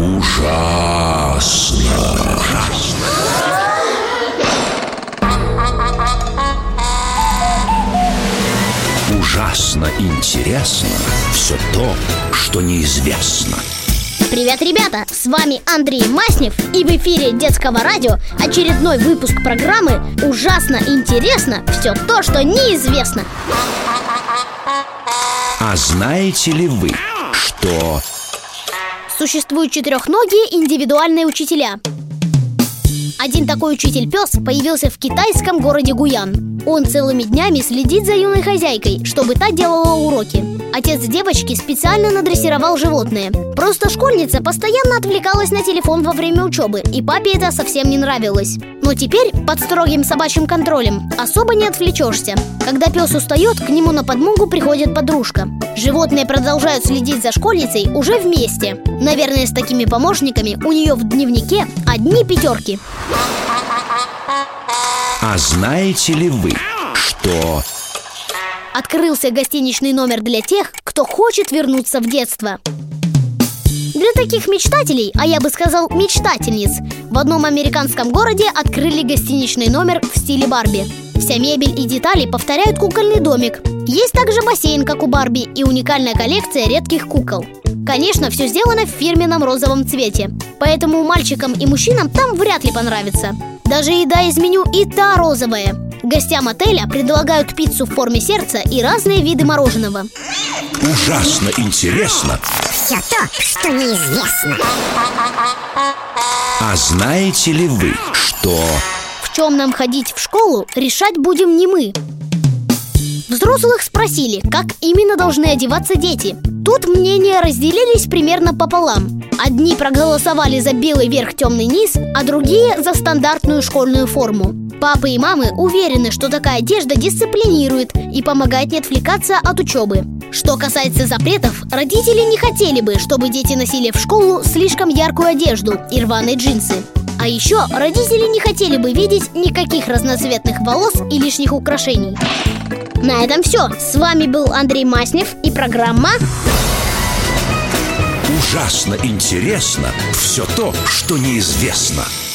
Ужасно. Ужасно интересно все то, что неизвестно. Привет, ребята! С вами Андрей Маснев, и в эфире Детского радио очередной выпуск программы «Ужасно интересно все то, что неизвестно». А знаете ли вы, что... Существуют четырехногие индивидуальные учителя. Один такой учитель-пес появился в китайском городе Гуян. Он целыми днями следит за юной хозяйкой, чтобы та делала уроки. Отец девочки специально надрессировал животное. Просто школьница постоянно отвлекалась на телефон во время учебы, и папе это совсем не нравилось. Но теперь, под строгим собачьим контролем, особо не отвлечешься. Когда пес устает, к нему на подмогу приходит подружка. Животные продолжают следить за школьницей уже вместе. Наверное, с такими помощниками у нее в дневнике одни пятерки. А знаете ли вы, что... Открылся гостиничный номер для тех, кто хочет вернуться в детство. Для таких мечтателей, а я бы сказал мечтательниц, в одном американском городе открыли гостиничный номер в стиле Барби. Вся мебель и детали повторяют кукольный домик. Есть также бассейн, как у Барби, и уникальная коллекция редких кукол. Конечно, все сделано в фирменном розовом цвете, поэтому мальчикам и мужчинам там вряд ли понравится. Даже еда из меню и та розовая. Гостям отеля предлагают пиццу в форме сердца и разные виды мороженого. Ужасно интересно все то, что неизвестно. А знаете ли вы, что... В чем нам ходить в школу, решать будем не мы. Взрослых спросили, как именно должны одеваться дети. Тут мнения разделились примерно пополам. Одни проголосовали за белый верх, темный низ, а другие за стандартную школьную форму. Папы и мамы уверены, что такая одежда дисциплинирует и помогает не отвлекаться от учебы. Что касается запретов, родители не хотели бы, чтобы дети носили в школу слишком яркую одежду и рваные джинсы. А еще родители не хотели бы видеть никаких разноцветных волос и лишних украшений. На этом все. С вами был Андрей Маснев и программа Ужасно интересно все то, что неизвестно.